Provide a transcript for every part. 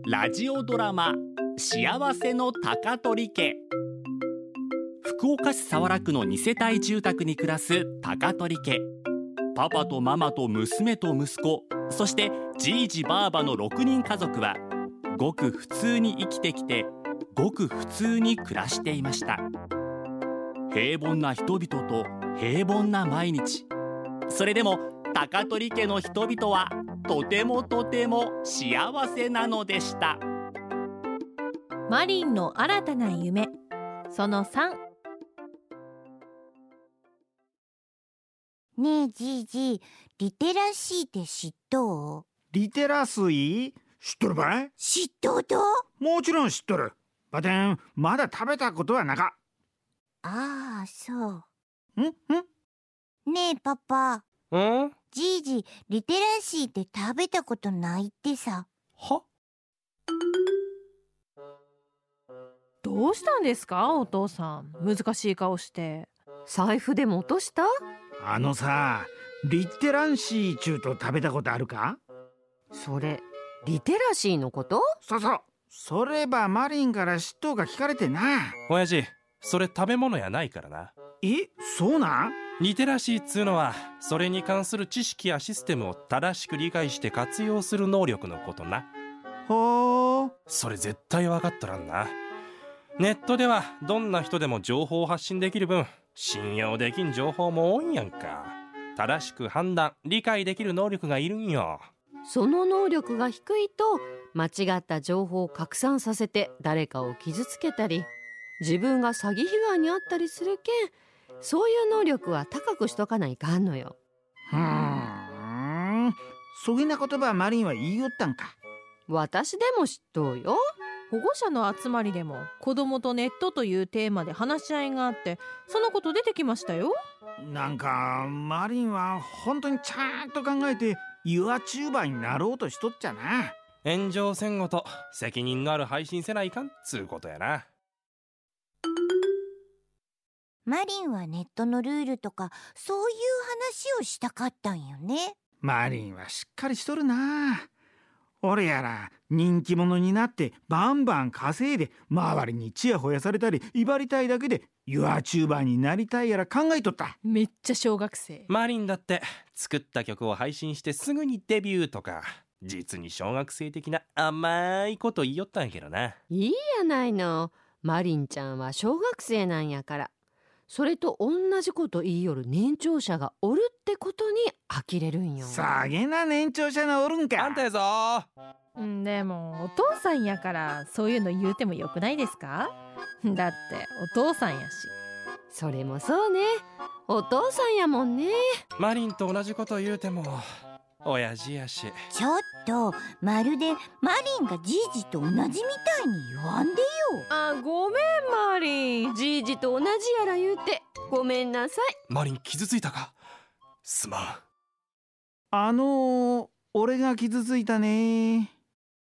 ラジオドラマ幸せの高取家。福岡市早良区の2世帯住宅に暮らす高取家。パパとママと娘と息子、そしてじいじばあばの6人家族はごく普通に生きてきて、ごく普通に暮らしていました。平凡な人々と平凡な毎日。それでも高取家の人々はとてもとても幸せなのでした。 マリンの新たな夢、その3。 ねえじいじ、リテラシーって知っとう？ リテラスイ知っとるばい？ 知っとうと？ もちろん知っとる。ばてん、まだ食べたことはなか。 ああ、そう。 ねえパパ、 ん？ じいじ、リテラシーって食べたことないってさ。 は？ どうしたんですかお父さん、難しい顔して。 財布でも落とした？ あのさ、リテランシーちゅうと食べたことあるか？ それリテラシーのこと？ そうそう、そればマリンから知っとうが聞かれてな。 親父、それ食べ物やないからな。 そうなん？ リテラシーっつうのは、それに関する知識やシステムを正しく理解して活用する能力のことな。 ほー。 それ絶対分かっとらんな。ネットではどんな人でも情報を発信できる分、信用できん情報も多いんやんか。正しく判断、理解できる能力がいるんよ。 その能力が低いと間違った情報を拡散させて誰かを傷つけたり、自分が詐欺被害に遭ったりするけん、そういう能力は高くしとかないかんのよ。 そぎな言葉マリンは言いよったんか。 私でも知っとうよ。 保護者の集まりでも子供とネットというテーマで話し合いがあって、そのこと出てきましたよ。 なんかマリンは本当にちゃんと考えてYouTuberになろうとしとっちゃな。 炎上せんごと責任のある配信せないかんつうことやな。 マリンはネットのルールとかそういう話をしたかったんよね。 マリンはしっかりしとるな。俺やら人気者になってバンバン稼いで周りにチヤホヤされたり威張りたいだけで YouTuber になりたいやら考えとった。 めっちゃ小学生。 マリンだって作った曲を配信してすぐにデビューとか、実に小学生的な甘いこと言いよったんやけどな。 いいやないの。マリンちゃんは小学生なんやから。それと同じこと言いよる年長者がおるってことに呆れるんよ。 さげな年長者のおるんか。 あんたやぞ。 でもお父さんやからそういうの言うてもよくないですか？だってお父さんやし。 それもそうね、お父さんやもんね。 マリンと同じこと言うても親父やし。 ちょっと、まるでマリンがじいじと同じみたいに言わんでよ。 ごめんマリン、じいじと同じやら言うてごめんなさい。 マリン傷ついたか？すまん。 俺が傷ついたね。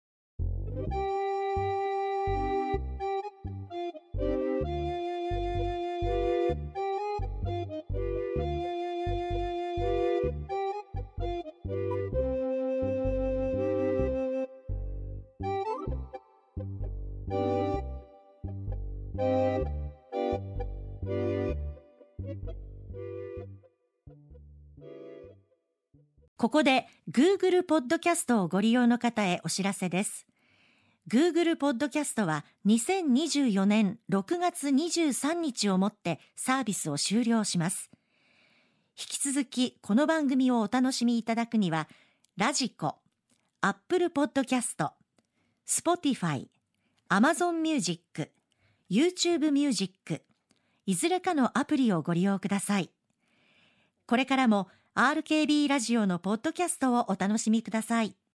ここで Google ポッドキャストをご利用の方へお知らせです。Google ポッドキャストは2024年6月23日をもってサービスを終了します。引き続きこの番組をお楽しみいただくには、ラジコ、Apple ポッドキャスト、Spotify、Amazon Music、YouTube Music、いずれかのアプリをご利用ください。これからもRKB ラジオのポッドキャストをお楽しみください。